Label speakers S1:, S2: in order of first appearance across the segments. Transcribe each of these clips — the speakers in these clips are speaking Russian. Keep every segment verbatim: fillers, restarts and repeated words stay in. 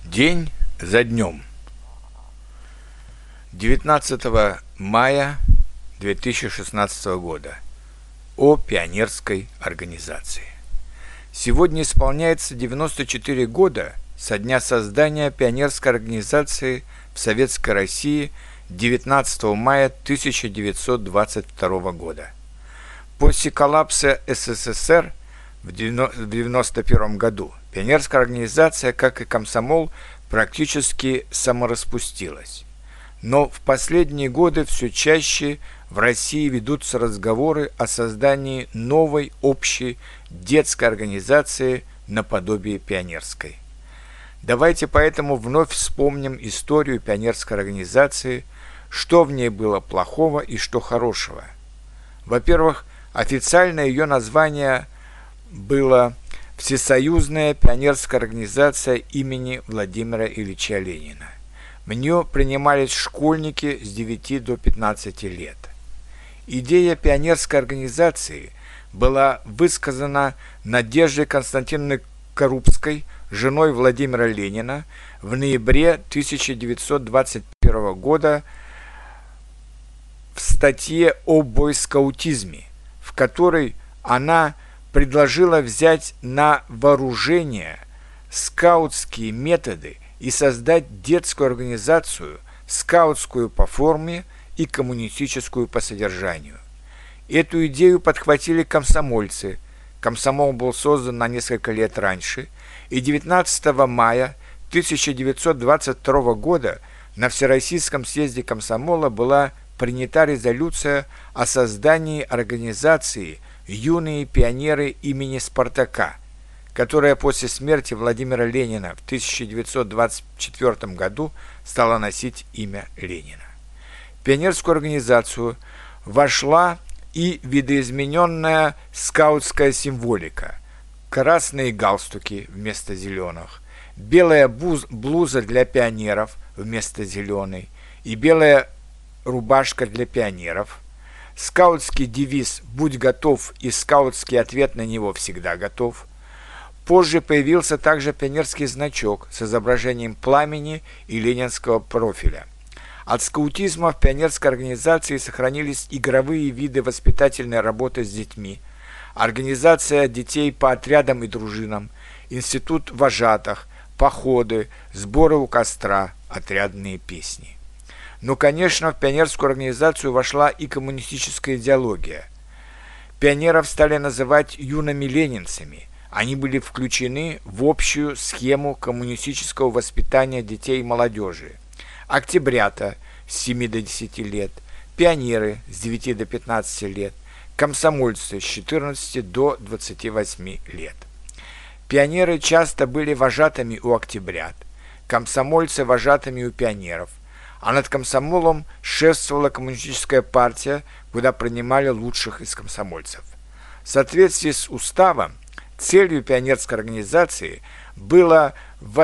S1: День за днем. девятнадцатого мая две тысячи шестнадцатого года. О пионерской организации. Сегодня исполняется девяносто четыре года со дня создания пионерской организации в Советской России девятнадцатого мая тысяча девятьсот двадцать второго года. После коллапса СССР в девяносто первом году пионерская организация, как и комсомол, практически самораспустилась. Но в последние годы все чаще в России ведутся разговоры о создании новой общей детской организации наподобие пионерской. Давайте поэтому вновь вспомним историю пионерской организации, что в ней было плохого и что хорошего. Во-первых, официальное ее название было Всесоюзная пионерская организация имени Владимира Ильича Ленина. В нее принимались школьники с девяти до пятнадцати лет. Идея пионерской организации была высказана Надеждой Константиновной Корубской, женой Владимира Ленина, в ноябре тысяча девятьсот двадцать первого года в статье о бойскаутизме, в которой она предложила взять на вооружение скаутские методы и создать детскую организацию, скаутскую по форме и коммунистическую по содержанию. Эту идею подхватили комсомольцы. Комсомол был создан на несколько лет раньше, и девятнадцатого мая тысяча девятьсот двадцать второго года на Всероссийском съезде комсомола была принята резолюция о создании организации «Юные пионеры имени Спартака», которая после смерти Владимира Ленина в тысяча девятьсот двадцать четвёртом году стала носить имя Ленина. В пионерскую организацию вошла и видоизмененная скаутская символика: красные галстуки вместо зеленых, белая блуза для пионеров вместо зеленой и белая рубашка для пионеров, скаутский девиз «Будь готов» и скаутский ответ на него «Всегда готов». Позже появился также пионерский значок с изображением пламени и ленинского профиля. От скаутизма в пионерской организации сохранились игровые виды воспитательной работы с детьми, организация детей по отрядам и дружинам, институт вожатых, походы, сборы у костра, отрядные песни. Но, конечно, в пионерскую организацию вошла и коммунистическая идеология. Пионеров стали называть юными ленинцами. Они были включены в общую схему коммунистического воспитания детей и молодежи. Октябрята с семи до десяти лет, пионеры с девяти до пятнадцати лет, комсомольцы с четырнадцати до двадцати восьми лет. Пионеры часто были вожатыми у октябрят, комсомольцы вожатыми у пионеров, а над комсомолом шествовала коммунистическая партия, куда принимали лучших из комсомольцев. В соответствии с уставом, целью пионерской организации было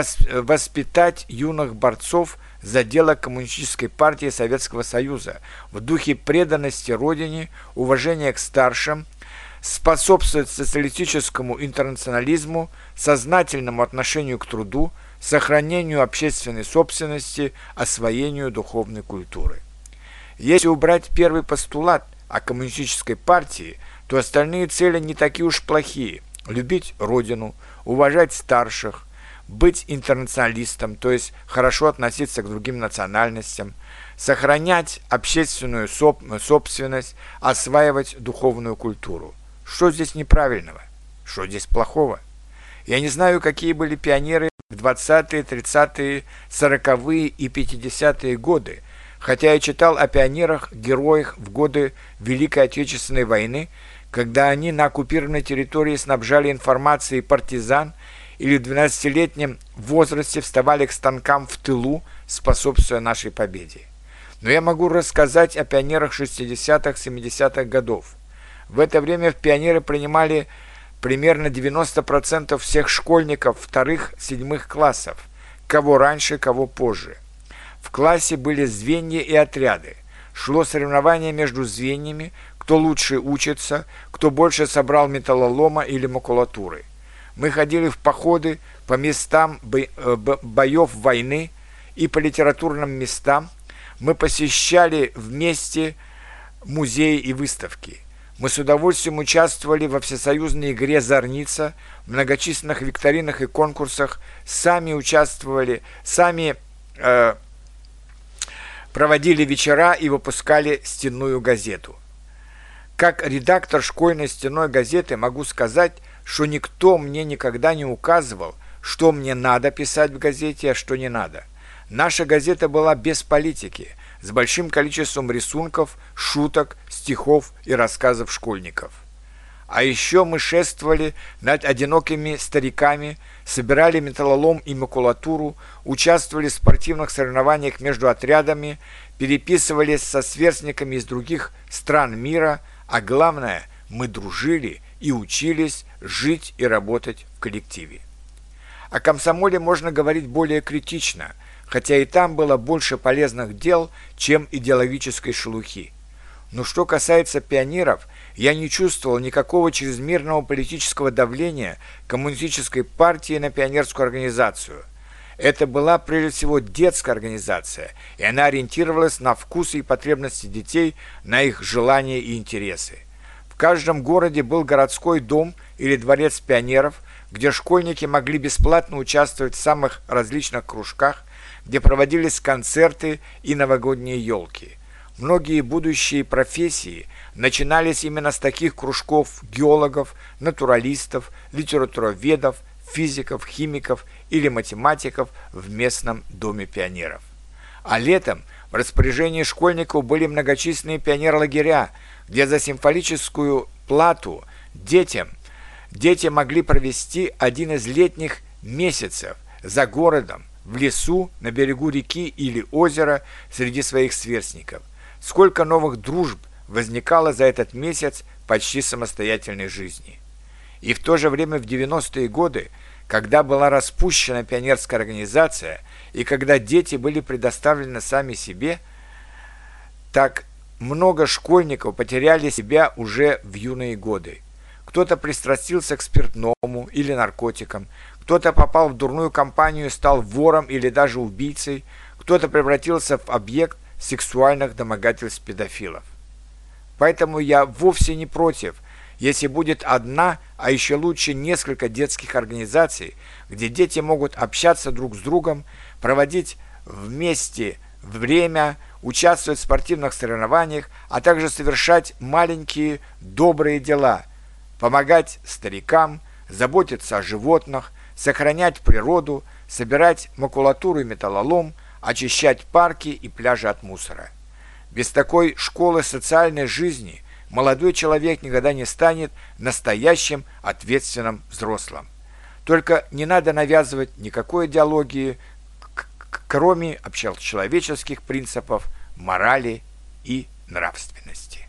S1: воспитать юных борцов за дело Коммунистической партии Советского Союза в духе преданности Родине, уважения к старшим, способствовать социалистическому интернационализму, сознательному отношению к труду, сохранению общественной собственности, освоению духовной культуры. Если убрать первый постулат о коммунистической партии, то остальные цели не такие уж плохие: любить Родину, уважать старших, быть интернационалистом, то есть хорошо относиться к другим национальностям, сохранять общественную собственность, осваивать духовную культуру. Что здесь неправильного? Что здесь плохого? Я не знаю, какие были пионеры в двадцатые, тридцатые, сороковые и пятидесятые годы, хотя я читал о пионерах-героях в годы Великой Отечественной войны, когда они на оккупированной территории снабжали информацией партизан или в двенадцатилетнем возрасте вставали к станкам в тылу, способствуя нашей победе. Но я могу рассказать о пионерах шестидесятых, семидесятых годов. В это время в пионеры принимали примерно девяносто процентов всех школьников вторых, седьмых классов, кого раньше, кого позже. В классе были звенья и отряды. Шло соревнование между звеньями, кто лучше учится, кто больше собрал металлолома или макулатуры. Мы ходили в походы по местам боев войны и по литературным местам. Мы посещали вместе музеи и выставки. Мы с удовольствием участвовали во всесоюзной игре «Зорница», в многочисленных викторинах и конкурсах, сами участвовали, сами э, проводили вечера и выпускали стенную газету. Как редактор школьной стенной газеты могу сказать, что никто мне никогда не указывал, что мне надо писать в газете, а что не надо. Наша газета была без политики, с большим количеством рисунков, шуток, стихов и рассказов школьников. А еще мы шествовали над одинокими стариками, собирали металлолом и макулатуру, участвовали в спортивных соревнованиях между отрядами, переписывались со сверстниками из других стран мира, а главное, мы дружили и учились жить и работать в коллективе. О комсомоле можно говорить более критично, хотя и там было больше полезных дел, чем идеологической шелухи. Но что касается пионеров, я не чувствовал никакого чрезмерного политического давления коммунистической партии на пионерскую организацию. Это была прежде всего детская организация, и она ориентировалась на вкусы и потребности детей, на их желания и интересы. В каждом городе был городской дом или дворец пионеров, где школьники могли бесплатно участвовать в самых различных кружках, где проводились концерты и новогодние елки. Многие будущие профессии начинались именно с таких кружков геологов, натуралистов, литературоведов, физиков, химиков или математиков в местном доме пионеров. А летом в распоряжении школьников были многочисленные пионерлагеря, где за символическую плату детям дети могли провести один из летних месяцев за городом, в лесу, на берегу реки или озера среди своих сверстников. Сколько новых дружб возникало за этот месяц почти самостоятельной жизни. И в то же время в девяностые годы, когда была распущена пионерская организация и когда дети были предоставлены сами себе, так много школьников потеряли себя уже в юные годы. Кто-то пристрастился к спиртному или наркотикам, кто-то попал в дурную компанию и стал вором или даже убийцей, кто-то превратился в объект сексуальных домогательств педофилов. Поэтому я вовсе не против, если будет одна, а еще лучше несколько детских организаций, где дети могут общаться друг с другом, проводить вместе время, участвовать в спортивных соревнованиях, а также совершать маленькие добрые дела, помогать старикам, заботиться о животных, сохранять природу, собирать макулатуру и металлолом, очищать парки и пляжи от мусора. Без такой школы социальной жизни молодой человек никогда не станет настоящим ответственным взрослым. Только не надо навязывать никакой идеологии, кроме общечеловеческих принципов, морали и нравственности.